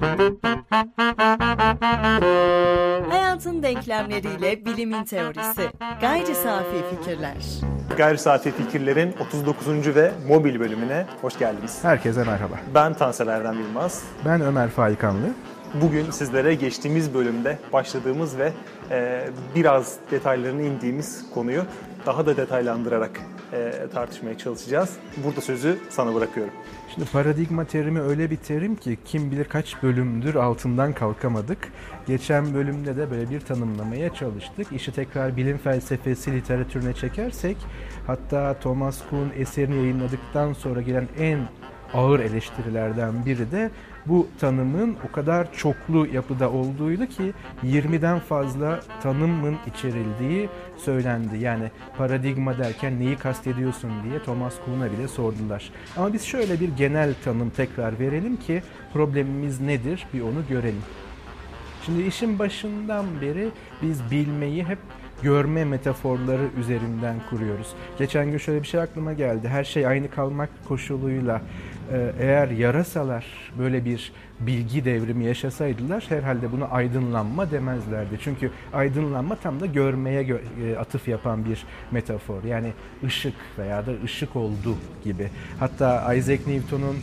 Hayatın denklemleriyle bilimin teorisi. Gayri safi fikirler. Gayri safi fikirlerin 39. ve mobil bölümüne hoş geldiniz. Herkese merhaba. Ben Tansel Erdem Yılmaz. Ben Ömer Faikanlı. Bugün sizlere geçtiğimiz bölümde başladığımız ve biraz detaylarına indiğimiz konuyu daha da detaylandırarak tartışmaya çalışacağız. Burada sözü sana bırakıyorum. Şimdi paradigma terimi öyle bir terim ki kim bilir kaç bölümdür altından kalkamadık. Geçen bölümde de böyle bir tanımlamaya çalıştık. İşi tekrar bilim felsefesi literatürüne çekersek, hatta Thomas Kuhn eserini yayınladıktan sonra gelen en ağır eleştirilerden biri de bu tanımın o kadar çoklu yapıda olduğuydu ki 20'den fazla tanımın içerildiği söylendi. Yani paradigma derken neyi kastediyorsun diye Thomas Kuhn'a bile sordular. Ama biz şöyle bir genel tanım tekrar verelim ki problemimiz nedir bir onu görelim. Şimdi işin başından beri biz bilmeyi hep görme metaforları üzerinden kuruyoruz. Geçen gün şöyle bir şey aklıma geldi. Her şey aynı kalmak koşuluyla eğer yarasalar böyle bir bilgi devrimi yaşasaydılar herhalde buna aydınlanma demezlerdi. Çünkü aydınlanma tam da görmeye atıf yapan bir metafor. Yani ışık veya da ışık oldu gibi. Hatta Isaac Newton'un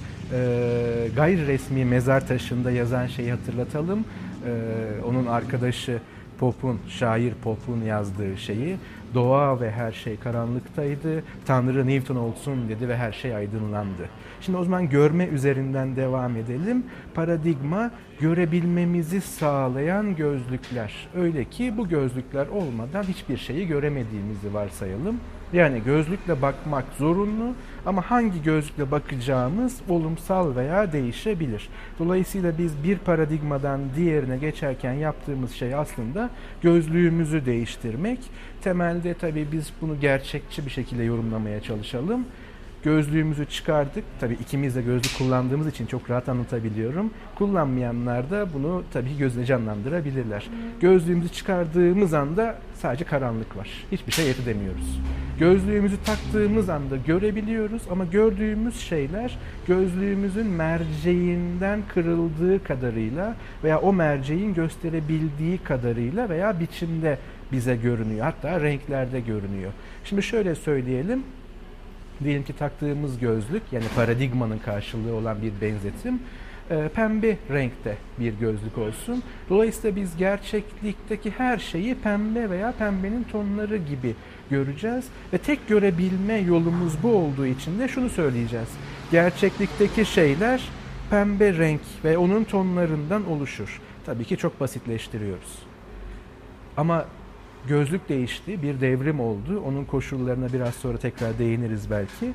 gayri resmi mezar taşında yazan şeyi hatırlatalım. Onun arkadaşı şair Pop'un yazdığı şeyi, doğa ve her şey karanlıktaydı, Tanrı Newton olsun dedi ve her şey aydınlandı. Şimdi o zaman görme üzerinden devam edelim. Paradigma, görebilmemizi sağlayan gözlükler. Öyle ki bu gözlükler olmadan hiçbir şeyi göremediğimizi varsayalım. Yani gözlükle bakmak zorunlu ama hangi gözlükle bakacağımız olumsal veya değişebilir. Dolayısıyla biz bir paradigmadan diğerine geçerken yaptığımız şey aslında gözlüğümüzü değiştirmek. Temelde tabii biz bunu gerçekçi bir şekilde yorumlamaya çalışalım. Gözlüğümüzü çıkardık. Tabii ikimiz de gözlük kullandığımız için çok rahat anlatabiliyorum. Kullanmayanlar da bunu tabii gözle canlandırabilirler. Gözlüğümüzü çıkardığımız anda sadece karanlık var. Hiçbir şey ayırt edemiyoruz. Gözlüğümüzü taktığımız anda görebiliyoruz ama gördüğümüz şeyler gözlüğümüzün merceğinden kırıldığı kadarıyla veya o merceğin gösterebildiği kadarıyla veya biçimde bize görünüyor. Hatta renklerde görünüyor. Şimdi şöyle söyleyelim. Diyelim ki taktığımız gözlük, yani paradigmanın karşılığı olan bir benzetim, pembe renkte bir gözlük olsun. Dolayısıyla biz gerçeklikteki her şeyi pembe veya pembenin tonları gibi göreceğiz. Ve tek görebilme yolumuz bu olduğu için de şunu söyleyeceğiz. Gerçeklikteki şeyler pembe renk ve onun tonlarından oluşur. Tabii ki çok basitleştiriyoruz. Ama gözlük değişti, bir devrim oldu. Onun koşullarına biraz sonra tekrar değiniriz belki.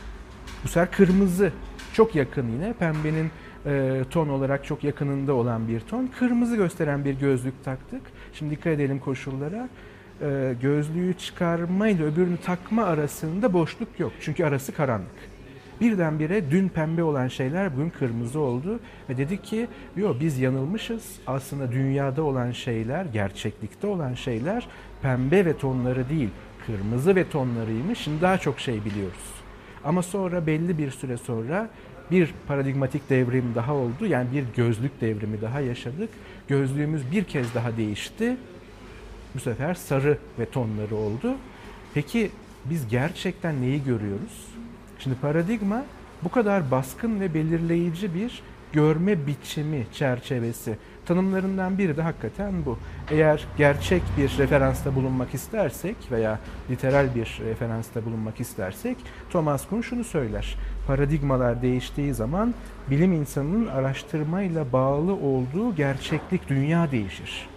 Bu sefer kırmızı, çok yakın yine. Pembenin ton olarak çok yakınında olan bir ton. Kırmızı gösteren bir gözlük taktık. Şimdi dikkat edelim koşullara. Gözlüğü çıkarma ile öbürünü takma arasında boşluk yok. Çünkü arası karanlık. Birdenbire dün pembe olan şeyler bugün kırmızı oldu ve dedik ki biz yanılmışız. Aslında dünyada olan şeyler, gerçeklikte olan şeyler pembe ve tonları değil, kırmızı ve tonlarıymış. Şimdi daha çok şey biliyoruz. Ama sonra belli bir süre sonra bir paradigmatik devrim daha oldu. Yani bir gözlük devrimi daha yaşadık. Gözlüğümüz bir kez daha değişti. Bu sefer sarı ve tonları oldu. Peki biz gerçekten neyi görüyoruz? Şimdi paradigma bu kadar baskın ve belirleyici bir görme biçimi çerçevesi. Tanımlarından biri de hakikaten bu. Eğer gerçek bir referansta bulunmak istersek veya literal bir referansta bulunmak istersek Thomas Kuhn şunu söyler. Paradigmalar değiştiği zaman bilim insanının araştırmayla bağlı olduğu gerçeklik, dünya değişir.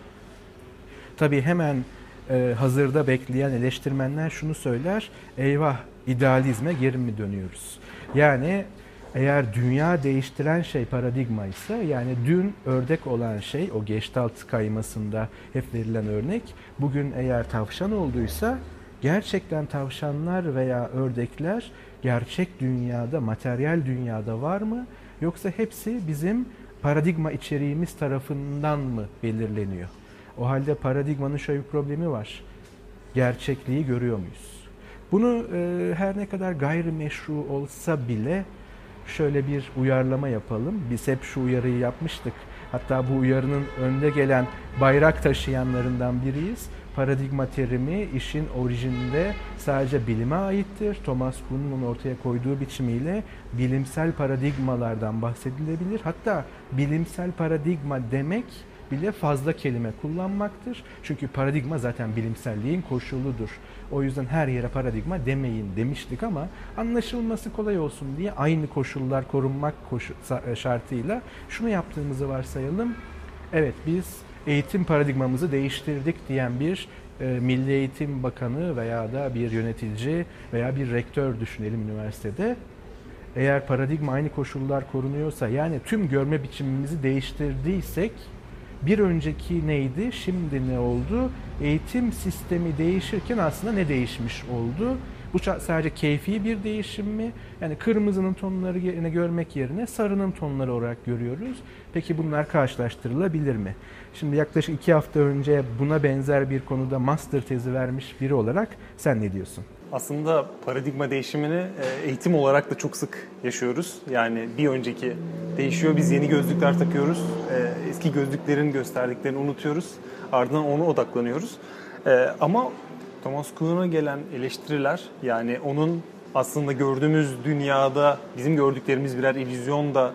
Tabii hemen hazırda bekleyen eleştirmenler şunu söyler. Eyvah, idealizme geri mi dönüyoruz? Yani eğer dünya değiştiren şey paradigma ise, yani dün ördek olan şey, o Gestalt kaymasında hep verilen örnek, bugün eğer tavşan olduysa gerçekten tavşanlar veya ördekler gerçek dünyada, materyal dünyada var mı? Yoksa hepsi bizim paradigma içeriğimiz tarafından mı belirleniyor? O halde paradigmanın şöyle bir problemi var. Gerçekliği görüyor muyuz? Bunu her ne kadar gayrimeşru olsa bile şöyle bir uyarlama yapalım. Biz hep şu uyarıyı yapmıştık. Hatta bu uyarının önde gelen bayrak taşıyanlarından biriyiz. Paradigma terimi işin orijininde sadece bilime aittir. Thomas Kuhn'un onu ortaya koyduğu biçimiyle bilimsel paradigmalardan bahsedilebilir. Hatta bilimsel paradigma demek bile fazla kelime kullanmaktır. Çünkü paradigma zaten bilimselliğin koşuludur. O yüzden her yere paradigma demeyin demiştik ama anlaşılması kolay olsun diye aynı koşullar korunmak şartıyla şunu yaptığımızı varsayalım. Evet, biz eğitim paradigmamızı değiştirdik diyen bir Milli Eğitim Bakanı veya da bir yönetici veya bir rektör düşünelim üniversitede. Eğer paradigma aynı koşullar korunuyorsa, yani tüm görme biçimimizi değiştirdiysek, bir önceki neydi, şimdi ne oldu? Eğitim sistemi değişirken aslında ne değişmiş oldu? Bu sadece keyfi bir değişim mi? Yani kırmızının tonları görmek yerine sarının tonları olarak görüyoruz. Peki bunlar karşılaştırılabilir mi? Şimdi yaklaşık 2 hafta önce buna benzer bir konuda master tezi vermiş biri olarak sen ne diyorsun? Aslında paradigma değişimini eğitim olarak da çok sık yaşıyoruz. Yani bir önceki değişiyor, biz yeni gözlükler takıyoruz. Eski gözlüklerin gösterdiklerini unutuyoruz. Ardından ona odaklanıyoruz. Ama Thomas Kuhn'a gelen eleştiriler, yani onun aslında gördüğümüz dünyada bizim gördüklerimiz birer illüzyon da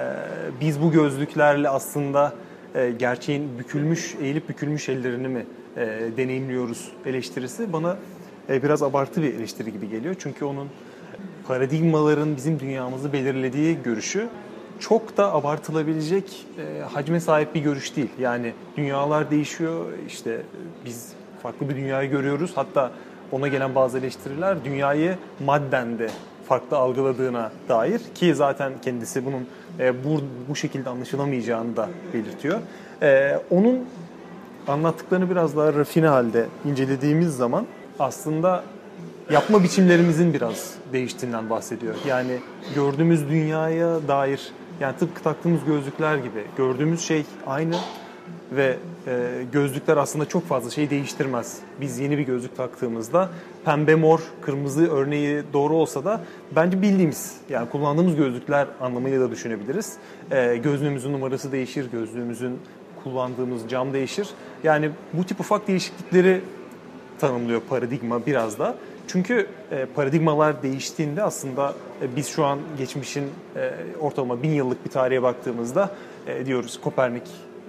biz bu gözlüklerle aslında gerçeğin eğilip bükülmüş ellerini mi deneyimliyoruz eleştirisi bana biraz abartı bir eleştiri gibi geliyor. Çünkü onun paradigmaların bizim dünyamızı belirlediği görüşü çok da abartılabilecek hacme sahip bir görüş değil. Yani dünyalar değişiyor, işte biz farklı bir dünyayı görüyoruz. Hatta ona gelen bazı eleştiriler dünyayı madden de farklı algıladığına dair, ki zaten kendisi bunun bu şekilde anlaşılamayacağını da belirtiyor. Onun anlattıklarını biraz daha rafine halde incelediğimiz zaman aslında yapma biçimlerimizin biraz değiştiğinden bahsediyor. Yani gördüğümüz dünyaya dair, yani tıpkı taktığımız gözlükler gibi gördüğümüz şey aynı ve gözlükler aslında çok fazla şey değiştirmez. Biz yeni bir gözlük taktığımızda pembe, mor, kırmızı örneği doğru olsa da bence bildiğimiz, yani kullandığımız gözlükler anlamıyla da düşünebiliriz. Gözlüğümüzün numarası değişir, gözlüğümüzün kullandığımız cam değişir. Yani bu tip ufak değişiklikleri tanımlıyor paradigma biraz da. Çünkü paradigmalar değiştiğinde aslında biz şu an geçmişin ortalama 1000 yıllık bir tarihe baktığımızda diyoruz Kopernik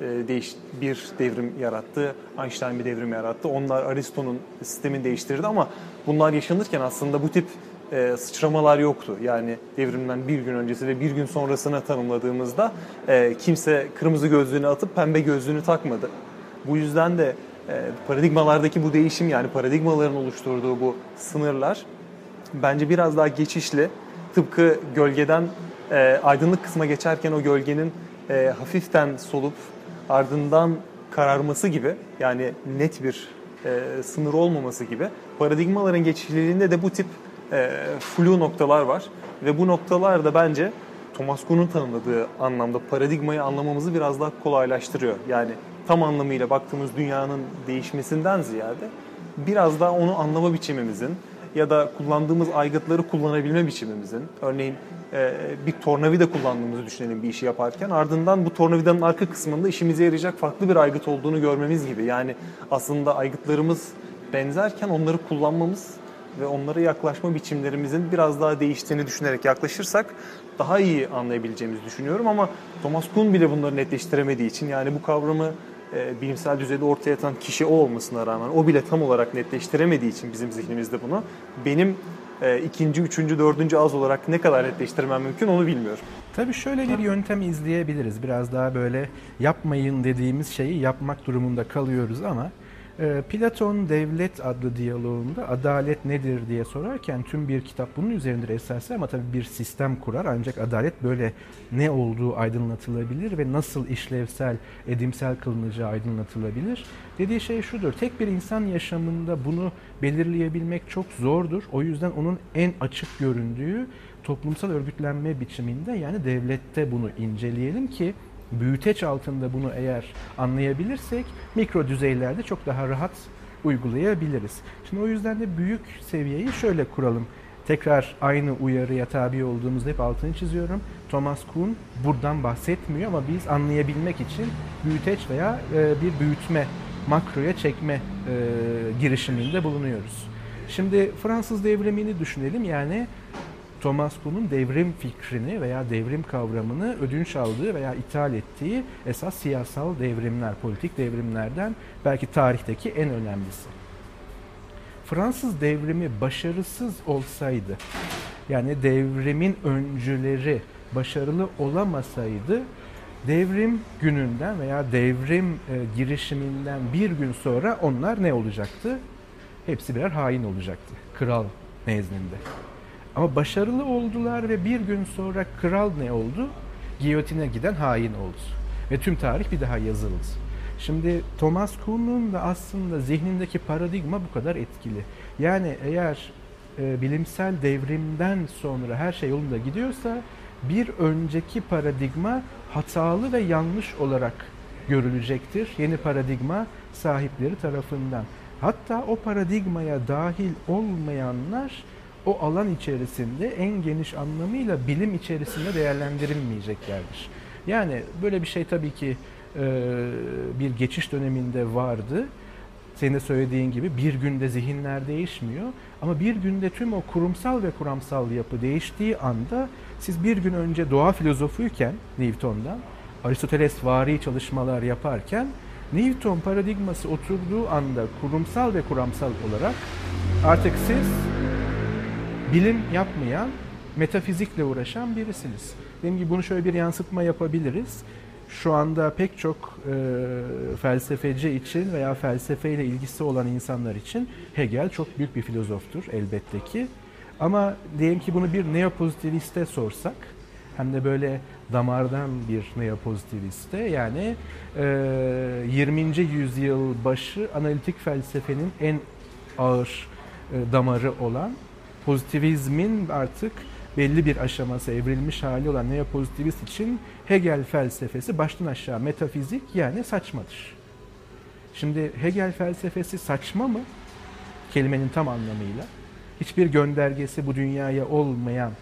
bir devrim yarattı, Einstein bir devrim yarattı. Onlar Aristo'nun sistemini değiştirdi ama bunlar yaşanırken aslında bu tip sıçramalar yoktu. Yani devrimden bir gün öncesi ve bir gün sonrasına tanımladığımızda kimse kırmızı gözlüğünü atıp pembe gözlüğünü takmadı. Bu yüzden de paradigmalardaki bu değişim, yani paradigmaların oluşturduğu bu sınırlar bence biraz daha geçişli. Tıpkı gölgeden aydınlık kısma geçerken o gölgenin hafiften solup ardından kararması gibi, yani net bir sınır olmaması gibi, paradigmaların geçişliliğinde de bu tip flu noktalar var. Ve bu noktalar da bence Thomas Kuhn'un tanımladığı anlamda paradigmayı anlamamızı biraz daha kolaylaştırıyor. Yani tam anlamıyla baktığımız dünyanın değişmesinden ziyade biraz daha onu anlama biçimimizin ya da kullandığımız aygıtları kullanabilme biçimimizin, örneğin bir tornavida kullandığımızı düşünelim bir işi yaparken, ardından bu tornavidanın arka kısmında işimize yarayacak farklı bir aygıt olduğunu görmemiz gibi. Yani aslında aygıtlarımız benzerken onları kullanmamız ve onlara yaklaşma biçimlerimizin biraz daha değiştiğini düşünerek yaklaşırsak daha iyi anlayabileceğimizi düşünüyorum. Ama Thomas Kuhn bile bunları netleştiremediği için, yani bu kavramı bilimsel düzeyde ortaya atan kişi o olmasına rağmen o bile tam olarak netleştiremediği için bizim zihnimizde bunu, benim ikinci, üçüncü, dördüncü ağız olarak ne kadar netleştirmem mümkün onu bilmiyorum. Tabii şöyle bir yöntem izleyebiliriz. Biraz daha böyle yapmayın dediğimiz şeyi yapmak durumunda kalıyoruz ama Platon Devlet adlı diyaloğunda adalet nedir diye sorarken tüm bir kitap bunun üzerindir esaslı, ama tabii bir sistem kurar. Ancak adalet böyle ne olduğu aydınlatılabilir ve nasıl işlevsel, edimsel kılınacağı aydınlatılabilir. Dediği şey şudur: tek bir insan yaşamında bunu belirleyebilmek çok zordur. O yüzden onun en açık göründüğü toplumsal örgütlenme biçiminde, yani devlette bunu inceleyelim ki büyüteç altında bunu eğer anlayabilirsek mikro düzeylerde çok daha rahat uygulayabiliriz. Şimdi o yüzden de büyük seviyeyi şöyle kuralım Tekrar aynı uyarıya tabi olduğumuzda hep altını çiziyorum. Thomas Kuhn buradan bahsetmiyor ama biz anlayabilmek için büyüteç veya bir büyütme, makroya çekme girişiminde bulunuyoruz. Şimdi Fransız devrimini düşünelim. Yani Thomas Kuhn'un devrim fikrini veya devrim kavramını ödünç aldığı veya ithal ettiği esas siyasal devrimler, politik devrimlerden belki tarihteki en önemlisi. Fransız devrimi başarısız olsaydı, yani devrimin öncüleri başarılı olamasaydı, devrim gününden veya devrim girişiminden bir gün sonra onlar ne olacaktı? Hepsi birer hain olacaktı kral nezdinde. Ama başarılı oldular ve bir gün sonra kral ne oldu? Giyotine giden hain oldu. Ve tüm tarih bir daha yazıldı. Şimdi Thomas Kuhn'un da aslında zihnindeki paradigma bu kadar etkili. Yani eğer bilimsel devrimden sonra her şey yolunda gidiyorsa bir önceki paradigma hatalı ve yanlış olarak görülecektir. Yeni paradigma sahipleri tarafından. Hatta o paradigmaya dahil olmayanlar o alan içerisinde en geniş anlamıyla bilim içerisinde değerlendirilmeyeceklerdir. Yani böyle bir şey tabii ki bir geçiş döneminde vardı. Senin de söylediğin gibi bir günde zihinler değişmiyor. Ama bir günde tüm o kurumsal ve kuramsal yapı değiştiği anda siz bir gün önce doğa filozofuyken Newton'dan, Aristoteles vari çalışmalar yaparken Newton paradigması oturduğu anda kurumsal ve kuramsal olarak artık siz bilim yapmayan, metafizikle uğraşan birisiniz. Dediğim gibi bunu şöyle bir yansıtma yapabiliriz. Şu anda pek çok felsefeci için veya felsefeyle ilgisi olan insanlar için Hegel çok büyük bir filozoftur elbette ki. Ama diyelim ki bunu bir neopozitiviste sorsak, hem de böyle damardan bir neopozitiviste, yani 20. yüzyıl başı analitik felsefenin en ağır damarı olan, pozitivizmin artık belli bir aşaması evrilmiş hali olan neopozitivist için Hegel felsefesi baştan aşağı metafizik, yani saçmadır. Şimdi Hegel felsefesi saçma mı? Kelimenin tam anlamıyla. Hiçbir göndergesi bu dünyaya olmayan,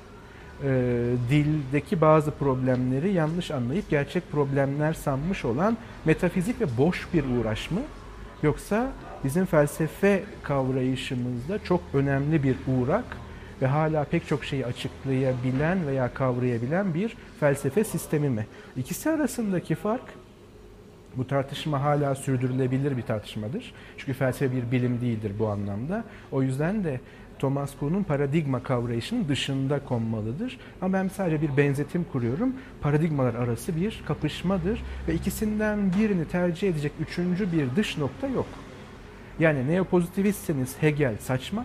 dildeki bazı problemleri yanlış anlayıp gerçek problemler sanmış olan metafizik ve boş bir uğraş mı? Yoksa bizim felsefe kavrayışımızda çok önemli bir uğrak ve hala pek çok şeyi açıklayabilen veya kavrayabilen bir felsefe sistemi mi? İkisi arasındaki fark, bu tartışma hala sürdürülebilir bir tartışmadır. Çünkü felsefe bir bilim değildir bu anlamda. O yüzden de Thomas Kuhn'un paradigma kavrayışının dışında konmalıdır. Ama ben sadece bir benzetim kuruyorum. Paradigmalar arası bir kapışmadır ve ikisinden birini tercih edecek üçüncü bir dış nokta yok. Yani neopozitivistseniz Hegel saçma,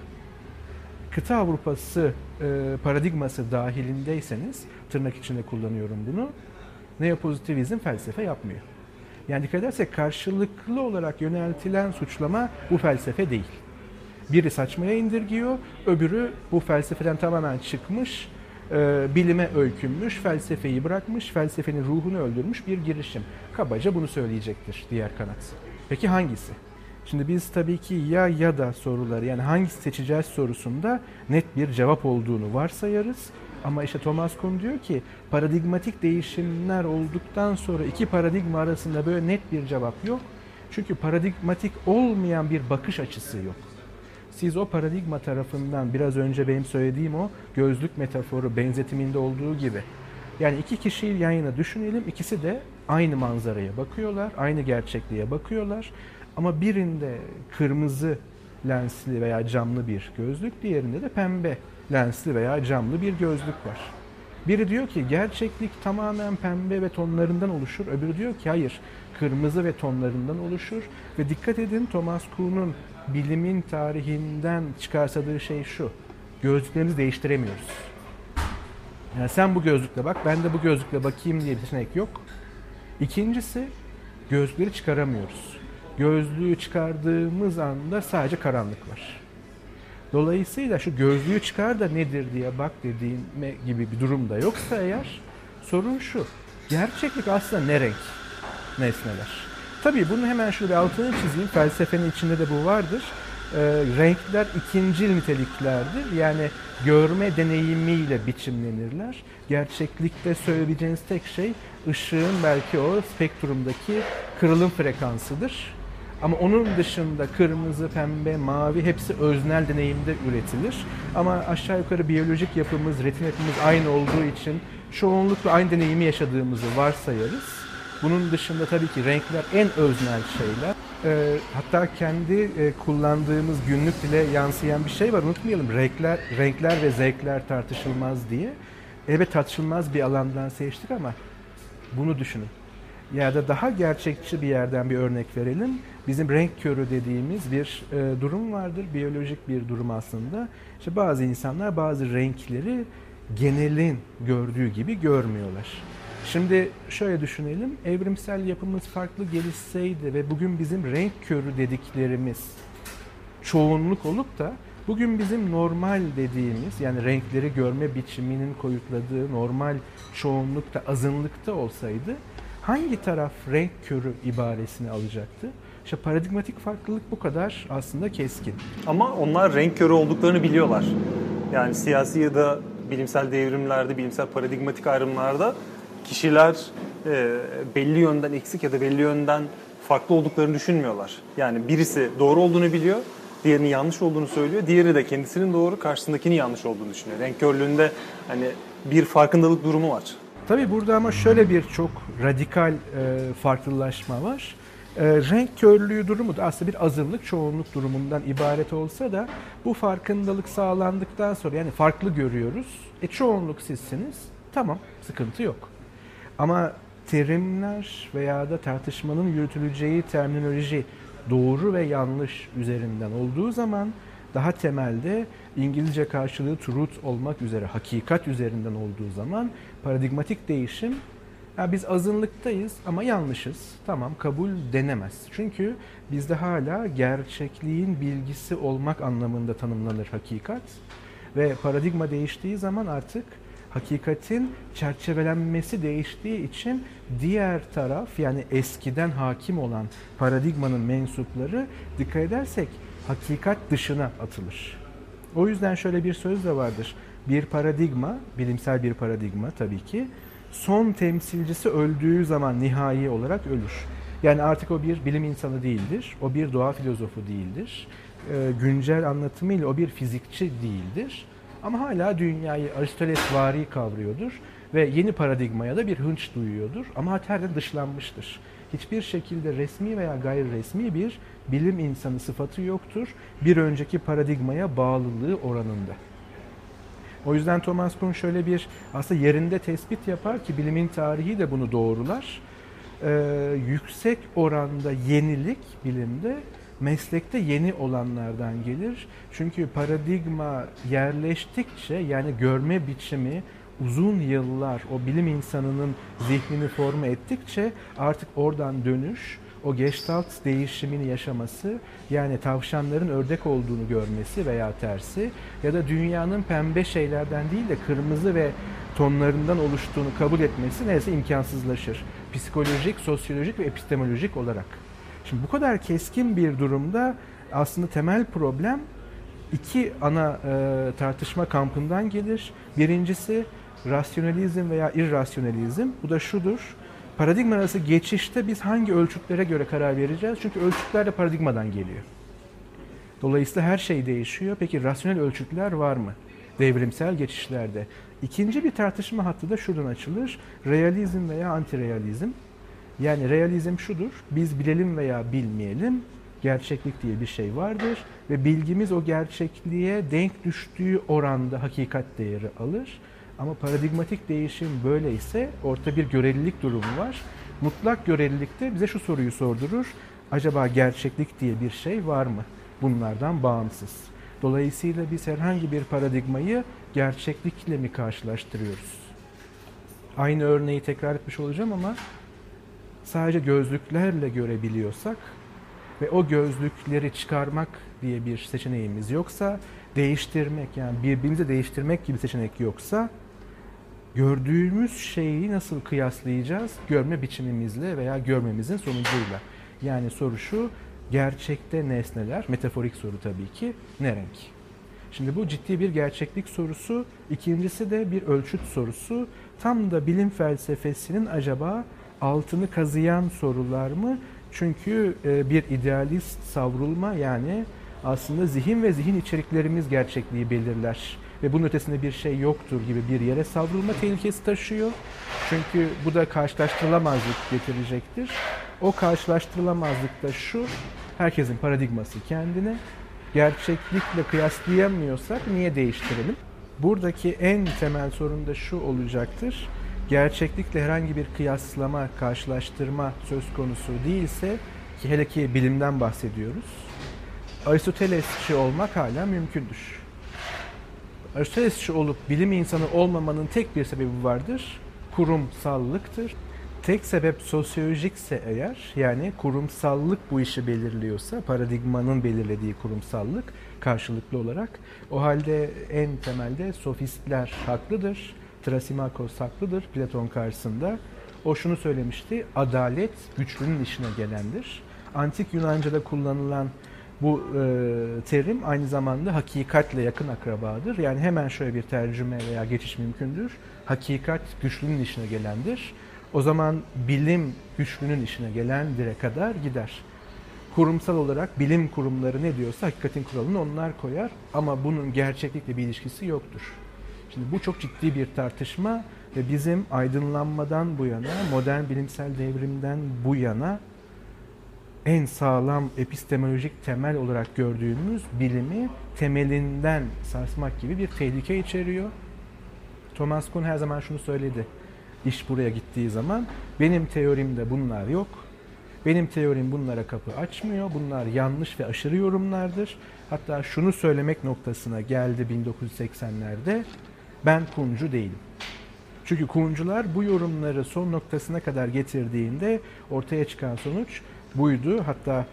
kıta Avrupası paradigması dahilindeyseniz, tırnak içinde kullanıyorum bunu, neopozitivizm felsefe yapmıyor. Yani dikkat edersek karşılıklı olarak yöneltilen suçlama bu felsefe değil. Biri saçmaya indirgiyor, öbürü bu felsefeden tamamen çıkmış, bilime öykünmüş, felsefeyi bırakmış, felsefenin ruhunu öldürmüş bir girişim. Kabaca bunu söyleyecektir diğer kanat. Peki hangisi? Şimdi biz tabii ki ya da soruları, yani hangisi seçeceğiz sorusunda net bir cevap olduğunu varsayarız. Ama işte Thomas Kuhn diyor ki paradigmatik değişimler olduktan sonra iki paradigma arasında böyle net bir cevap yok. Çünkü paradigmatik olmayan bir bakış açısı yok. Siz o paradigma tarafından, biraz önce benim söylediğim o gözlük metaforu benzetiminde olduğu gibi, yani iki kişiyi yan yana düşünelim, ikisi de aynı manzaraya bakıyorlar, aynı gerçekliğe bakıyorlar. Ama birinde kırmızı lensli veya camlı bir gözlük, diğerinde de pembe lensli veya camlı bir gözlük var. Biri diyor ki gerçeklik tamamen pembe ve tonlarından oluşur. Öbürü diyor ki hayır, kırmızı ve tonlarından oluşur. Ve dikkat edin, Thomas Kuhn'un bilimin tarihinden çıkarsadığı şey şu: gözlüklerimizi değiştiremiyoruz. Yani sen bu gözlükle bak, ben de bu gözlükle bakayım diye bir seçenek yok. İkincisi, gözlükleri çıkaramıyoruz. Gözlüğü çıkardığımız anda sadece karanlık var. Dolayısıyla şu gözlüğü çıkar da nedir diye bak dediğime gibi bir durum da yoksa eğer, sorun şu: gerçeklik aslında ne renk nesneler? Tabii bunu hemen şöyle bir altını çizeyim. Felsefenin içinde de bu vardır. Renkler ikincil niteliklerdir. Yani görme deneyimiyle biçimlenirler. Gerçeklikte söyleyebileceğiniz tek şey ışığın belki o spektrumdaki kırılım frekansıdır. Ama onun dışında kırmızı, pembe, mavi hepsi öznel deneyimde üretilir. Ama aşağı yukarı biyolojik yapımız, retina yapımız aynı olduğu için çoğunlukla aynı deneyimi yaşadığımızı varsayarız. Bunun dışında tabii ki renkler en öznel şeyler. Hatta kendi kullandığımız günlük dile yansıyan bir şey var. Unutmayalım, renkler ve zevkler tartışılmaz diye. Evet, tartışılmaz bir alandan seçtik ama bunu düşünün. Ya da daha gerçekçi bir yerden bir örnek verelim. Bizim renk körü dediğimiz bir durum vardır. Biyolojik bir durum aslında. İşte bazı insanlar bazı renkleri genelin gördüğü gibi görmüyorlar. Şimdi şöyle düşünelim. Evrimsel yapımız farklı gelişseydi ve bugün bizim renk körü dediklerimiz çoğunluk olup da bugün bizim normal dediğimiz, yani renkleri görme biçiminin koyutladığı normal çoğunlukta, azınlıkta olsaydı hangi taraf renk körü ibaresini alacaktı? İşte paradigmatik farklılık bu kadar aslında keskin. Ama onlar renk körü olduklarını biliyorlar. Yani siyasi ya da bilimsel devrimlerde, bilimsel paradigmatik ayrımlarda kişiler belli yönden eksik ya da belli yönden farklı olduklarını düşünmüyorlar. Yani birisi doğru olduğunu biliyor, diğerinin yanlış olduğunu söylüyor. Diğeri de kendisinin doğru, karşısındakinin yanlış olduğunu düşünüyor. Renk körlüğünde hani bir farkındalık durumu var. Tabii burada ama şöyle bir çok radikal farklılaşma var. Renk körlüğü durumu da aslında bir azınlık çoğunluk durumundan ibaret olsa da bu farkındalık sağlandıktan sonra, yani farklı görüyoruz. Çoğunluk sizsiniz. Tamam, sıkıntı yok. Ama terimler veya da tartışmanın yürütüleceği terminoloji doğru ve yanlış üzerinden olduğu zaman daha temelde İngilizce karşılığı truth olmak üzere hakikat üzerinden olduğu zaman paradigmatik değişim, ya biz azınlıktayız ama yanlışız, tamam, kabul denemez. Çünkü bizde hala gerçekliğin bilgisi olmak anlamında tanımlanır hakikat ve paradigma değiştiği zaman artık hakikatin çerçevelenmesi değiştiği için diğer taraf, yani eskiden hakim olan paradigmanın mensupları dikkat edersek hakikat dışına atılır. O yüzden şöyle bir söz de vardır. Bir paradigma, bilimsel bir paradigma tabii ki, son temsilcisi öldüğü zaman nihai olarak ölür. Yani artık o bir bilim insanı değildir, o bir doğa filozofu değildir. Güncel anlatımıyla o bir fizikçi değildir. Ama hala dünyayı Aristotelesvari kavruyordur ve yeni paradigmaya da bir hınç duyuyordur. ama hatta dışlanmıştır. Hiçbir şekilde resmi veya gayri resmi bir bilim insanı sıfatı yoktur bir önceki paradigmaya bağlılığı oranında. O yüzden Thomas Kuhn şöyle bir aslında yerinde tespit yapar ki bilimin tarihi de bunu doğrular. Yüksek oranda yenilik bilimde meslekte yeni olanlardan gelir. Çünkü paradigma yerleştikçe, yani görme biçimi uzun yıllar o bilim insanının zihnini forme ettikçe artık oradan dönüş, o Gestalt değişimini yaşaması, yani tavşanların ördek olduğunu görmesi veya tersi ya da dünyanın pembe şeylerden değil de kırmızı ve tonlarından oluştuğunu kabul etmesi neyse imkansızlaşır. Psikolojik, sosyolojik ve epistemolojik olarak. Şimdi bu kadar keskin bir durumda aslında temel problem iki ana tartışma kampından gelir. Birincisi rasyonalizm veya irrasyonalizm. Bu da şudur. Paradigma arası geçişte biz hangi ölçütlere göre karar vereceğiz? Çünkü ölçütler de paradigmadan geliyor. Dolayısıyla her şey değişiyor. Peki rasyonel ölçütler var mı devrimsel geçişlerde? İkinci bir tartışma hattı da şuradan açılır. Realizm veya antirealizm. Yani realizm şudur. Biz bilelim veya bilmeyelim, gerçeklik diye bir şey vardır ve bilgimiz o gerçekliğe denk düştüğü oranda hakikat değeri alır. Ama paradigmatik değişim böyleyse ortada bir görelilik durumu var. Mutlak görelilikte bize şu soruyu sordurur. Acaba gerçeklik diye bir şey var mı? Bunlardan bağımsız. Dolayısıyla biz herhangi bir paradigmayı gerçeklikle mi karşılaştırıyoruz? Aynı örneği tekrar etmiş olacağım ama sadece gözlüklerle görebiliyorsak ve o gözlükleri çıkarmak diye bir seçeneğimiz yoksa, değiştirmek, yani birbirimizi değiştirmek gibi seçenek yoksa, gördüğümüz şeyi nasıl kıyaslayacağız? Görme biçimimizle veya görmemizin sonucuyla. Yani soru şu, Gerçekte nesneler, metaforik soru tabii ki, ne renk? Şimdi bu ciddi bir gerçeklik sorusu. İkincisi de bir ölçüt sorusu. Tam da bilim felsefesinin acaba altını kazıyan sorular mı? Çünkü bir idealist savrulma, yani aslında zihin ve zihin içeriklerimiz gerçekliği belirler ve bunun ötesinde bir şey yoktur gibi bir yere savrulma tehlikesi taşıyor. Çünkü bu da karşılaştırılamazlık getirecektir. O karşılaştırılamazlık da şu: herkesin paradigması kendine. Gerçeklikle kıyaslayamıyorsak niye değiştirelim? Buradaki en temel sorun da şu olacaktır: gerçeklikle herhangi bir kıyaslama, karşılaştırma söz konusu değilse, ki hele ki bilimden bahsediyoruz, Aristotelesçi olmak hala mümkündür. Aristotelesçi olup bilim insanı olmamanın tek bir sebebi vardır: kurumsallıktır. Tek sebep sosyolojikse eğer, yani kurumsallık bu işi belirliyorsa, paradigmanın belirlediği kurumsallık karşılıklı olarak, o halde en temelde sofistler haklıdır. Trasimakos haklıdır Platon karşısında. O şunu söylemişti: adalet güçlünün işine gelendir. Antik Yunanca'da kullanılan bu terim aynı zamanda hakikatle yakın akrabadır. Yani hemen şöyle bir tercüme veya geçiş mümkündür: hakikat güçlünün işine gelendir. O zaman bilim güçlünün işine gelendir'e kadar gider. Kurumsal olarak bilim kurumları ne diyorsa hakikatin kuralını onlar koyar ama bunun gerçeklikle bir ilişkisi yoktur. Şimdi bu çok ciddi bir tartışma ve bizim aydınlanmadan bu yana, modern bilimsel devrimden bu yana en sağlam epistemolojik temel olarak gördüğümüz bilimi temelinden sarsmak gibi bir tehlike içeriyor. Thomas Kuhn her zaman şunu söyledi: İş buraya gittiği zaman benim teorimde bunlar yok. Benim teorim bunlara kapı açmıyor. Bunlar yanlış ve aşırı yorumlardır. Hatta şunu söylemek noktasına geldi 1980'lerde: ben Kuhn'cu değilim. Çünkü Kuhn'cular bu yorumları son noktasına kadar getirdiğinde ortaya çıkan sonuç buydu. Hatta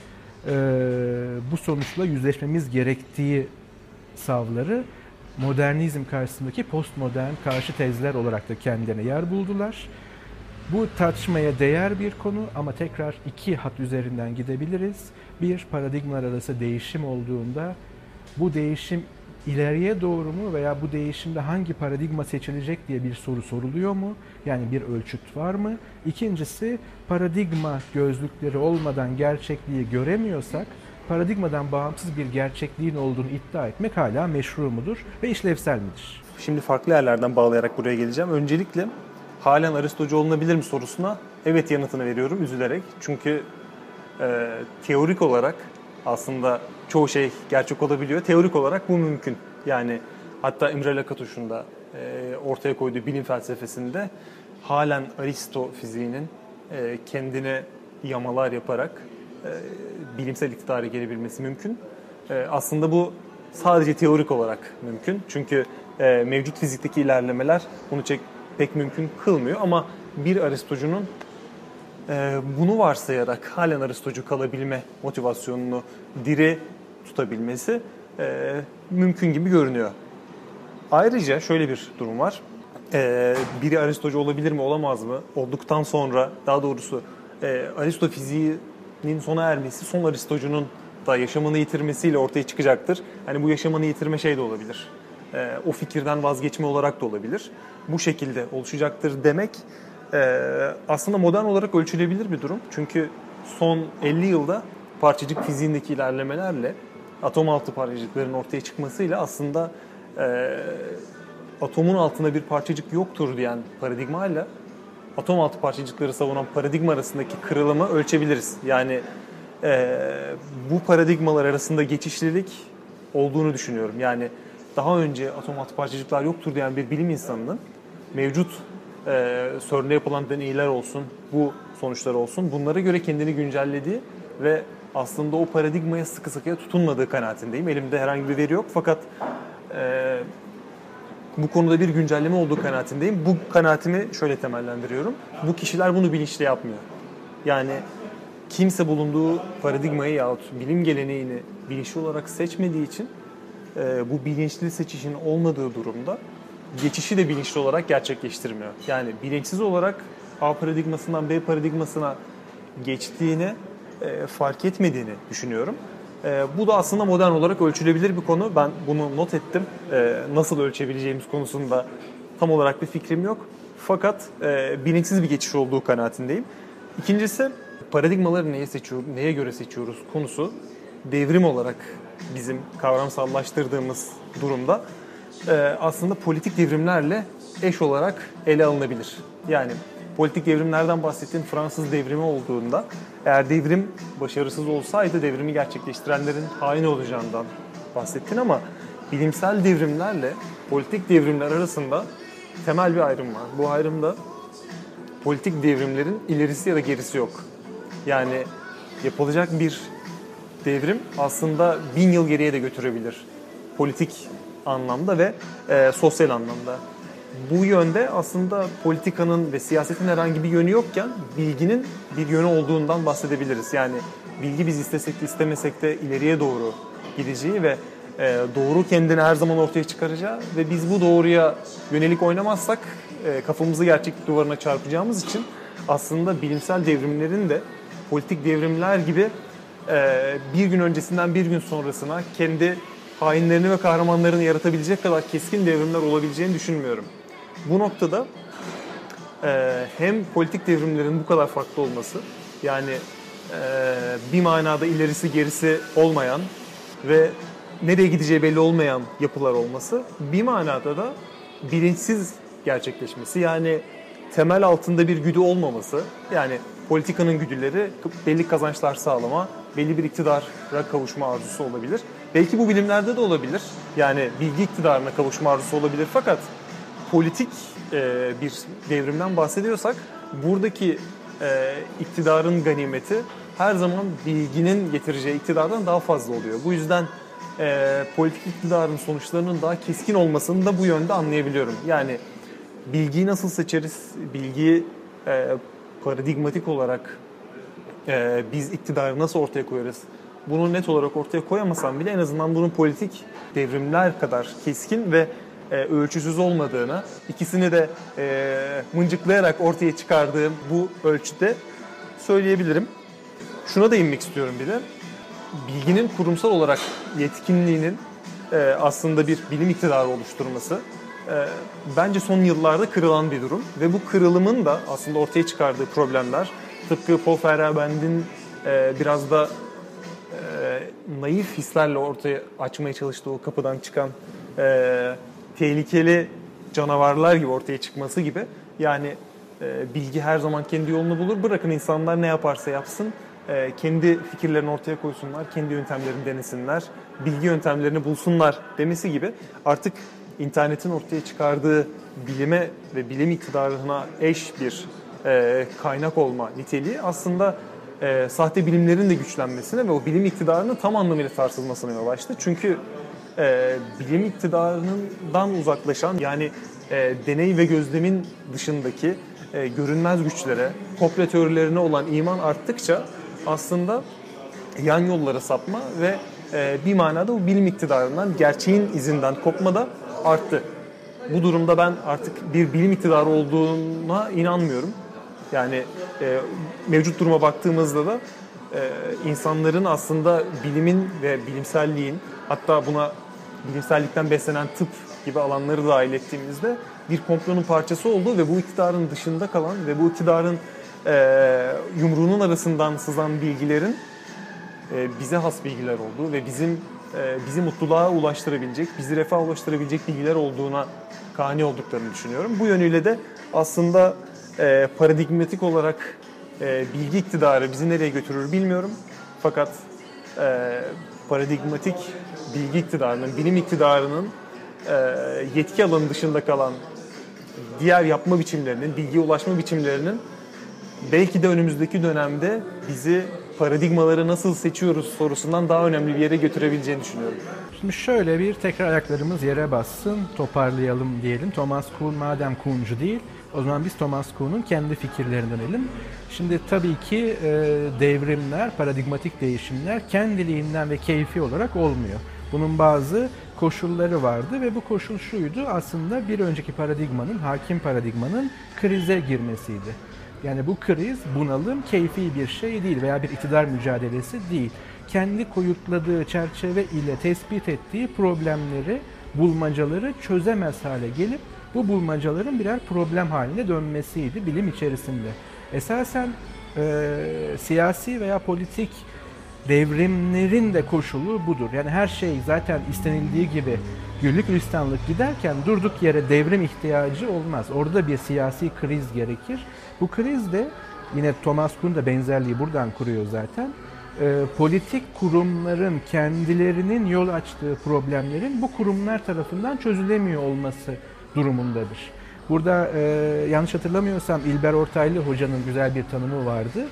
bu sonuçla yüzleşmemiz gerektiği savları modernizm karşısındaki postmodern karşı tezler olarak da kendilerine yer buldular. Bu tartışmaya değer bir konu ama tekrar iki hat üzerinden gidebiliriz. Bir, paradigmalar arası değişim olduğunda bu değişim ileriye doğru mu veya bu değişimde hangi paradigma seçilecek diye bir soru soruluyor mu? Yani bir ölçüt var mı? İkincisi, paradigma gözlükleri olmadan gerçekliği göremiyorsak, paradigmadan bağımsız bir gerçekliğin olduğunu iddia etmek hala meşru mudur ve işlevsel midir? Şimdi farklı yerlerden bağlayarak buraya geleceğim. Öncelikle halen Aristocu olunabilir mi sorusuna evet yanıtını veriyorum üzülerek. Çünkü teorik olarak aslında çoğu şey gerçek olabiliyor. Teorik olarak bu mümkün. Yani hatta Imre Lakatos'un da ortaya koyduğu bilim felsefesinde halen Aristo fiziğinin kendine yamalar yaparak bilimsel iktidara gelebilmesi mümkün. Aslında bu sadece teorik olarak mümkün. Çünkü mevcut fizikteki ilerlemeler bunu pek mümkün kılmıyor. Ama bir Aristocunun bunu varsayarak halen Aristocu kalabilme motivasyonunu diri tutabilmesi mümkün gibi görünüyor. Ayrıca şöyle bir durum var. Biri Aristocu olabilir mi, olamaz mı? Olduktan sonra, daha doğrusu Aristo fiziğinin sona ermesi, son Aristocunun da yaşamını yitirmesiyle ortaya çıkacaktır. Yani bu yaşamını yitirme şey de olabilir. O fikirden vazgeçme olarak da olabilir. Bu şekilde oluşacaktır demek aslında modern olarak ölçülebilir bir durum. Çünkü son 50 yılda parçacık fiziğindeki ilerlemelerle atom altı parçacıkların ortaya çıkmasıyla aslında atomun altında bir parçacık yoktur diyen paradigmayla atom altı parçacıkları savunan paradigma arasındaki kırılımı ölçebiliriz. Yani bu paradigmalar arasında geçişlilik olduğunu düşünüyorum. Yani daha önce atom altı parçacıklar yoktur diyen bir bilim insanının mevcut CERN'de yapılan deneyler olsun, bu sonuçlar olsun, bunlara göre kendini güncellediği ve aslında o paradigmaya sıkı sıkıya tutunmadığı kanaatindeyim. Elimde herhangi bir veri yok fakat bu konuda bir güncelleme olduğu kanaatindeyim. Bu kanaatimi şöyle temellendiriyorum: bu kişiler bunu bilinçli yapmıyor. Yani kimse bulunduğu paradigmayı yahut bilim geleneğini bilinçli olarak seçmediği için bu bilinçli seçişin olmadığı durumda geçişi de bilinçli olarak gerçekleştirmiyor. Yani bilinçsiz olarak A paradigmasından B paradigmasına geçtiğine fark etmediğini düşünüyorum. Bu da aslında modern olarak ölçülebilir bir konu. Ben bunu not ettim. Nasıl ölçebileceğimiz konusunda tam olarak bir fikrim yok. Fakat bilinçsiz bir geçiş olduğu kanaatindeyim. İkincisi, paradigmaları neye göre seçiyoruz konusu devrim olarak bizim kavramsallaştırdığımız durumda aslında politik devrimlerle eş olarak ele alınabilir. Yani politik devrimlerden bahsettiğim Fransız devrimi olduğunda eğer devrim başarısız olsaydı devrimi gerçekleştirenlerin hain olacağından bahsettin ama bilimsel devrimlerle politik devrimler arasında temel bir ayrım var. Bu ayrımda politik devrimlerin ilerisi ya da gerisi yok. Yani yapılacak bir devrim aslında 1000 yıl geriye de götürebilir. Politik anlamda ve sosyal anlamda. Bu yönde aslında politikanın ve siyasetin herhangi bir yönü yokken bilginin bir yönü olduğundan bahsedebiliriz. Yani bilgi biz istesek de istemesek de ileriye doğru gideceği ve doğru kendini her zaman ortaya çıkaracağı ve biz bu doğruya yönelik oynamazsak kafamızı gerçeklik duvarına çarpacağımız için aslında bilimsel devrimlerin de politik devrimler gibi bir gün öncesinden bir gün sonrasına kendi hainlerini ve kahramanlarını yaratabilecek kadar keskin devrimler olabileceğini düşünmüyorum. Bu noktada hem politik devrimlerin bu kadar farklı olması, yani bir manada ilerisi gerisi olmayan ve nereye gideceği belli olmayan yapılar olması, bir manada da bilinçsiz gerçekleşmesi, yani temel altında bir güdü olmaması, yani politikanın güdüleri belli kazançlar sağlama, belli bir iktidara kavuşma arzusu olabilir. Belki bu bilimlerde de olabilir, yani bilgi iktidarına kavuşma arzusu olabilir fakat politik bir devrimden bahsediyorsak buradaki iktidarın ganimeti her zaman bilginin getireceği iktidardan daha fazla oluyor. Bu yüzden politik iktidarın sonuçlarının daha keskin olmasını da bu yönde anlayabiliyorum. Yani bilgiyi nasıl seçeriz, bilgiyi paradigmatik olarak biz iktidarı nasıl ortaya koyarız? Bunu net olarak ortaya koyamasam bile en azından bunun politik devrimler kadar keskin ve ölçüsüz olmadığını, ikisini de mıncıklayarak ortaya çıkardığım bu ölçüde söyleyebilirim. Şuna değinmek istiyorum bir de. Bilginin kurumsal olarak yetkinliğinin aslında bir bilim iktidarı oluşturması bence son yıllarda kırılan bir durum. Ve bu kırılımın da aslında ortaya çıkardığı problemler, tıpkı Paul Feyerabend'in biraz da naif hislerle ortaya açmaya çalıştığı o kapıdan çıkan tehlikeli canavarlar gibi ortaya çıkması gibi. Yani bilgi her zaman kendi yolunu bulur. Bırakın insanlar ne yaparsa yapsın. Kendi fikirlerini ortaya koysunlar, kendi yöntemlerini denesinler, bilgi yöntemlerini bulsunlar demesi gibi artık internetin ortaya çıkardığı bilime ve bilim iktidarına eş bir kaynak olma niteliği aslında sahte bilimlerin de güçlenmesine ve o bilim iktidarının tam anlamıyla sarsılmasına yol açtı. Çünkü bilim iktidarından uzaklaşan, yani deney ve gözlemin dışındaki görünmez güçlere, komplo teorilerine olan iman arttıkça aslında yan yollara sapma ve bir manada bu bilim iktidarından, gerçeğin izinden kopma da arttı. Bu durumda ben artık bir bilim iktidarı olduğuna inanmıyorum. Yani mevcut duruma baktığımızda da insanların aslında bilimin ve bilimselliğin, hatta buna bilimsellikten beslenen tıp gibi alanları dahil ettiğimizde bir komplonun parçası olduğu ve bu iktidarın dışında kalan ve bu iktidarın yumruğunun arasından sızan bilgilerin bize has bilgiler olduğu ve bizi mutluluğa ulaştırabilecek, bizi refaha ulaştırabilecek bilgiler olduğuna kani olduklarını düşünüyorum. Bu yönüyle de aslında paradigmatik olarak bilgi iktidarı bizi nereye götürür bilmiyorum. Fakat paradigmatik bilgi iktidarının, bilim iktidarının yetki alanı dışında kalan diğer yapma biçimlerinin, bilgiye ulaşma biçimlerinin belki de önümüzdeki dönemde bizi paradigmaları nasıl seçiyoruz sorusundan daha önemli bir yere götürebileceğini düşünüyorum. Şimdi şöyle bir tekrar ayaklarımız yere bassın, toparlayalım diyelim. Thomas Kuhn madem Kuhn'cu değil, o zaman biz Thomas Kuhn'un kendi fikirlerine dönelim. Şimdi tabii ki devrimler, paradigmatik değişimler kendiliğinden ve keyfi olarak olmuyor. Bunun bazı koşulları vardı ve bu koşul şuydu: aslında bir önceki paradigmanın, hakim paradigmanın krize girmesiydi. Yani bu kriz, bunalım keyfi bir şey değil veya bir iktidar mücadelesi değil. Kendi koyutladığı çerçeve ile tespit ettiği problemleri, bulmacaları çözemez hale gelip bu bulmacaların birer problem haline dönmesiydi bilim içerisinde. Esasen siyasi veya politik devrimlerin de koşulu budur. Yani her şey zaten istenildiği gibi güllük gülistanlık giderken durduk yere devrim ihtiyacı olmaz. Orada bir siyasi kriz gerekir. Bu kriz de yine Thomas Kuhn da benzerliği buradan kuruyor zaten. Politik kurumların kendilerinin yol açtığı problemlerin bu kurumlar tarafından çözülemiyor olması durumundadır. Burada yanlış hatırlamıyorsam İlber Ortaylı hocanın güzel bir tanımı vardı.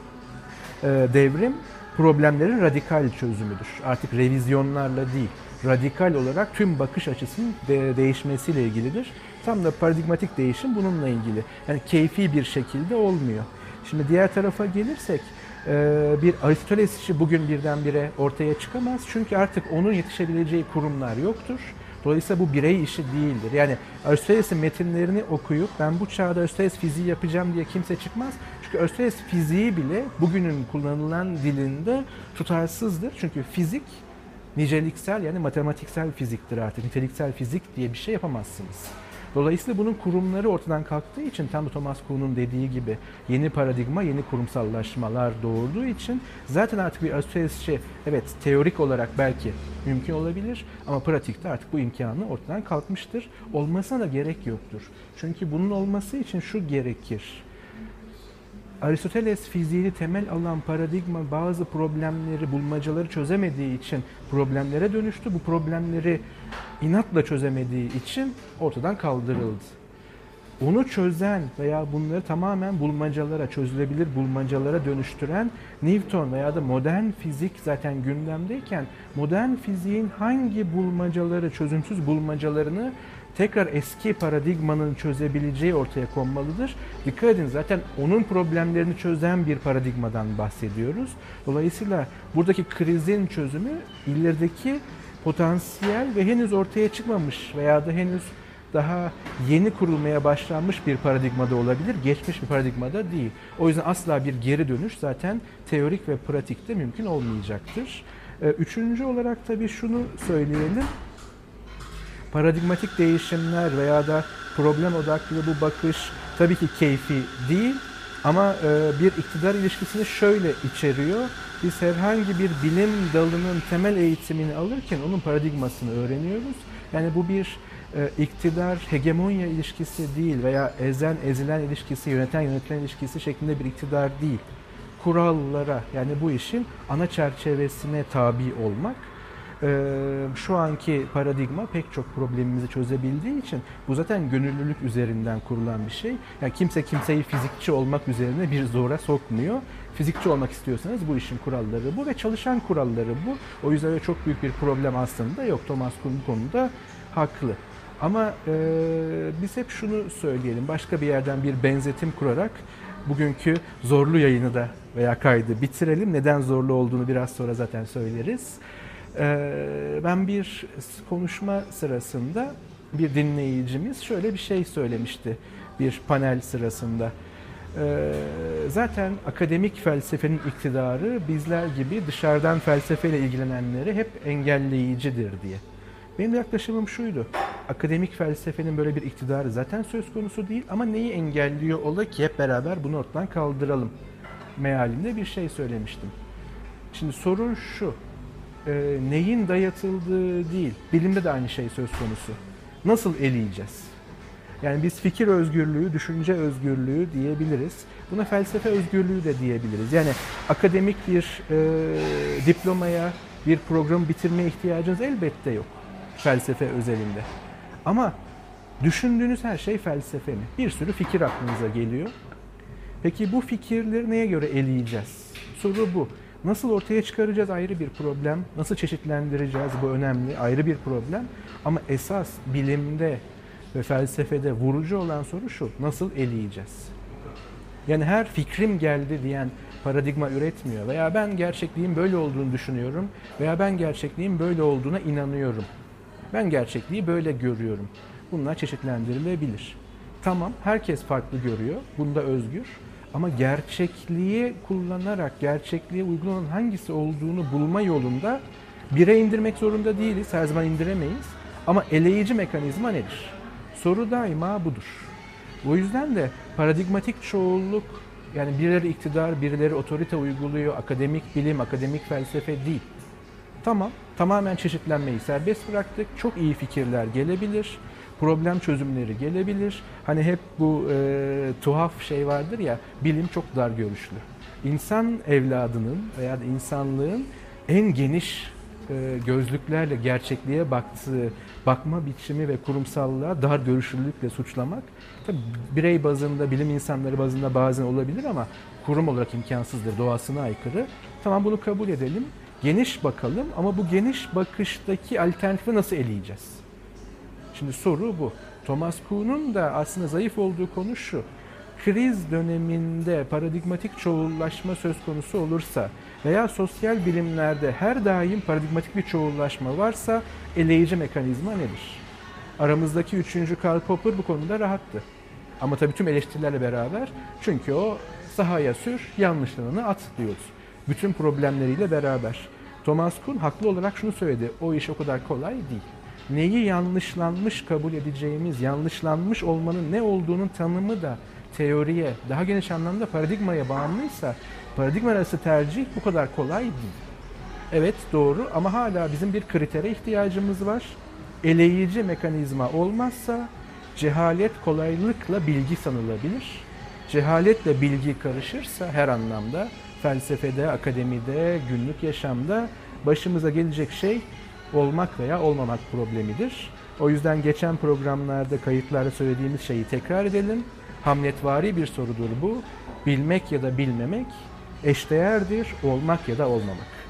Devrim problemlerin radikal çözümüdür. Artık revizyonlarla değil, radikal olarak tüm bakış açısının değişmesiyle ilgilidir. Tam da paradigmatik değişim bununla ilgili. Yani keyfi bir şekilde olmuyor. Şimdi diğer tarafa gelirsek, bir Aristoteles işi bugün birdenbire ortaya çıkamaz. Çünkü artık onun yetişebileceği kurumlar yoktur. Dolayısıyla bu birey işi değildir. Yani Aristoteles'in metinlerini okuyup ben bu çağda Aristoteles fiziği yapacağım diye kimse çıkmaz. Çünkü Aristoteles fiziği bile bugünün kullanılan dilinde tutarsızdır. Çünkü fizik niceliksel yani matematiksel fiziktir artık. Niteliksel fizik diye bir şey yapamazsınız. Dolayısıyla bunun kurumları ortadan kalktığı için tam da Thomas Kuhn'un dediği gibi yeni paradigma, yeni kurumsallaşmalar doğurduğu için zaten artık bir Aristotelesçi evet teorik olarak belki mümkün olabilir ama pratikte artık bu imkanı ortadan kalkmıştır. Olmasına da gerek yoktur. Çünkü bunun olması için şu gerekir. Aristoteles fiziğini temel alan paradigma bazı problemleri, bulmacaları çözemediği için problemlere dönüştü. Bu problemleri inatla çözemediği için ortadan kaldırıldı. Onu çözen veya bunları tamamen bulmacalara, çözülebilir bulmacalara dönüştüren Newton veya da modern fizik zaten gündemdeyken modern fiziğin hangi bulmacaları, çözümsüz bulmacalarını tekrar eski paradigmanın çözebileceği ortaya konmalıdır. Dikkat edin zaten onun problemlerini çözen bir paradigmadan bahsediyoruz. Dolayısıyla buradaki krizin çözümü ilerideki potansiyel ve henüz ortaya çıkmamış veya da henüz daha yeni kurulmaya başlanmış bir paradigmada olabilir, geçmiş bir paradigmada değil. O yüzden asla bir geri dönüş zaten teorik ve pratikte mümkün olmayacaktır. Üçüncü olarak tabii şunu söyleyelim. Paradigmatik değişimler veya da problem odaklı bu bakış tabii ki keyfi değil ama bir iktidar ilişkisini şöyle içeriyor. Biz herhangi bir bilim dalının temel eğitimini alırken onun paradigmasını öğreniyoruz. Yani bu bir iktidar hegemonya ilişkisi değil veya ezen ezilen ilişkisi, yöneten yönetilen ilişkisi şeklinde bir iktidar değil. Kurallara yani bu işin ana çerçevesine tabi olmak. Şu anki paradigma pek çok problemimizi çözebildiği için bu zaten gönüllülük üzerinden kurulan bir şey. Yani kimse kimseyi fizikçi olmak üzerine bir zora sokmuyor. Fizikçi olmak istiyorsanız bu işin kuralları bu ve çalışan kuralları bu. O yüzden öyle çok büyük bir problem aslında yok. Thomas Kuhn bu konuda haklı. Ama biz hep şunu söyleyelim, başka bir yerden bir benzetim kurarak bugünkü zorlu yayını da veya kaydı bitirelim. Neden zorlu olduğunu biraz sonra zaten söyleriz. Ben bir konuşma sırasında bir dinleyicimiz şöyle bir şey söylemişti bir panel sırasında. Zaten akademik felsefenin iktidarı bizler gibi dışarıdan felsefeyle ilgilenenleri hep engelleyicidir diye. Benim yaklaşımım şuydu. Akademik felsefenin böyle bir iktidarı zaten söz konusu değil ama neyi engelliyor ola ki hep beraber bunu ortadan kaldıralım mealinde bir şey söylemiştim. Şimdi sorun şu. Neyin dayatıldığı değil, bilimde de aynı şey söz konusu. Nasıl eleyeceğiz? Yani biz fikir özgürlüğü, düşünce özgürlüğü diyebiliriz. Buna felsefe özgürlüğü de diyebiliriz. Yani akademik bir diplomaya, bir programı bitirmeye ihtiyacınız elbette yok felsefe özelinde. Ama düşündüğünüz her şey felsefe mi? Bir sürü fikir aklınıza geliyor. Peki bu fikirleri neye göre eleyeceğiz? Soru bu. Nasıl ortaya çıkaracağız ayrı bir problem, nasıl çeşitlendireceğiz bu önemli ayrı bir problem. Ama esas bilimde ve felsefede vurucu olan soru şu, nasıl eleyeceğiz? Yani her fikrim geldi diyen paradigma üretmiyor veya ben gerçekliğin böyle olduğunu düşünüyorum veya ben gerçekliğin böyle olduğuna inanıyorum. Ben gerçekliği böyle görüyorum. Bunlar çeşitlendirilebilir. Tamam, herkes farklı görüyor, bunda özgür. Ama gerçekliği kullanarak, gerçekliğe uygun olan hangisi olduğunu bulma yolunda bire indirmek zorunda değiliz. Her zaman indiremeyiz. Ama eleyici mekanizma nedir? Soru daima budur. O yüzden de paradigmatik çoğulluk, yani birileri iktidar, birileri otorite uyguluyor, akademik bilim, akademik felsefe değil. Tamam, tamamen çeşitlenmeyi serbest bıraktık. Çok iyi fikirler gelebilir, problem çözümleri gelebilir. Hani hep bu tuhaf şey vardır ya, bilim çok dar görüşlü. İnsan evladının veya da insanlığın en geniş gözlüklerle gerçekliğe baktığı bakma biçimi ve kurumsallığa dar görüşlülükle suçlamak, tabii birey bazında, bilim insanları bazında bazen olabilir ama kurum olarak imkansızdır, doğasına aykırı. Tamam, bunu kabul edelim. Geniş bakalım ama bu geniş bakıştaki alternatifi nasıl eleyeceğiz? Şimdi soru bu. Thomas Kuhn'un da aslında zayıf olduğu konu şu. Kriz döneminde paradigmatik çoğullaşma söz konusu olursa veya sosyal bilimlerde her daim paradigmatik bir çoğullaşma varsa eleyici mekanizma nedir? Aramızdaki üçüncü Karl Popper bu konuda rahattı. Ama tabii tüm eleştirilerle beraber, çünkü o sahaya sür, yanlışlarını at diyoruz. Bütün problemleriyle beraber. Thomas Kuhn haklı olarak şunu söyledi, o iş o kadar kolay değil. Neyi yanlışlanmış kabul edeceğimiz, yanlışlanmış olmanın ne olduğunun tanımı da teoriye, daha geniş anlamda paradigmaya bağımlıysa, paradigma arası tercih bu kadar kolay değil. Evet, doğru, ama hala bizim bir kritere ihtiyacımız var. Eleyici mekanizma olmazsa cehalet kolaylıkla bilgi sanılabilir. Cehaletle bilgi karışırsa her anlamda, felsefede, akademide, günlük yaşamda başımıza gelecek şey olmak veya olmamak problemidir. O yüzden geçen programlarda, kayıtlarda söylediğimiz şeyi tekrar edelim. Hamletvari bir sorudur bu. Bilmek ya da bilmemek eşdeğerdir, olmak ya da olmamak.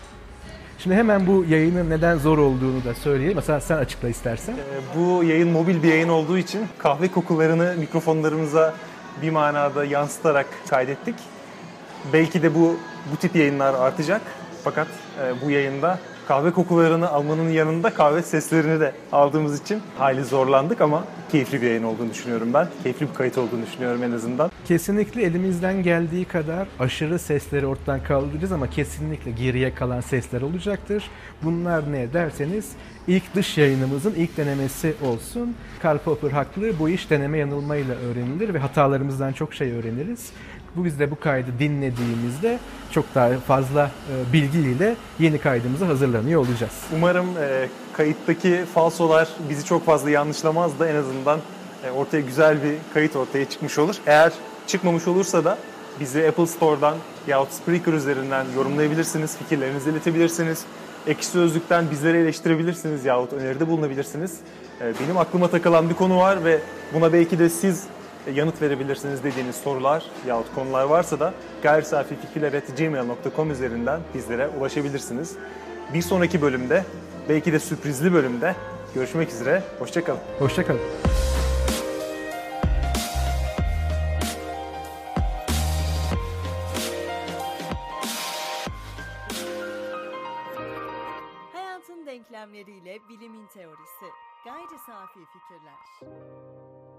Şimdi hemen bu yayının neden zor olduğunu da söyleyeyim. Mesela sen açıkla istersen. Bu yayın mobil bir yayın olduğu için kahve kokularını mikrofonlarımıza bir manada yansıtarak kaydettik. Belki de bu tip yayınlar artacak. Fakat bu yayında kahve kokularını almanın yanında kahve seslerini de aldığımız için hayli zorlandık ama keyifli bir yayın olduğunu düşünüyorum ben. Keyifli bir kayıt olduğunu düşünüyorum en azından. Kesinlikle elimizden geldiği kadar aşırı sesleri ortadan kaldıracağız ama kesinlikle geriye kalan sesler olacaktır. Bunlar ne derseniz ilk dış yayınımızın ilk denemesi olsun. Karl Popper haklı, bu iş deneme yanılmayla öğrenilir ve hatalarımızdan çok şey öğreniriz. Biz de bu kaydı dinlediğimizde çok daha fazla bilgiyle yeni kaydımıza hazırlanıyor olacağız. Umarım kayıttaki falsolar bizi çok fazla yanlışlamaz da en azından ortaya güzel bir kayıt ortaya çıkmış olur. Eğer çıkmamış olursa da bizi Apple Store'dan yahut Spreaker üzerinden yorumlayabilirsiniz, fikirlerinizi iletebilirsiniz. Ekşi Sözlük'ten bizleri eleştirebilirsiniz yahut öneride bulunabilirsiniz. Benim aklıma takılan bir konu var ve buna belki de siz yanıt verebilirsiniz dediğiniz sorular yahut konular varsa da gayrisafifikirler@gmail.com üzerinden bizlere ulaşabilirsiniz. Bir sonraki bölümde, belki de sürprizli bölümde görüşmek üzere. Hoşça kalın. Hoşça kalın. Hayatın denklemleriyle bilimin teorisi. Gayri safi fikirler.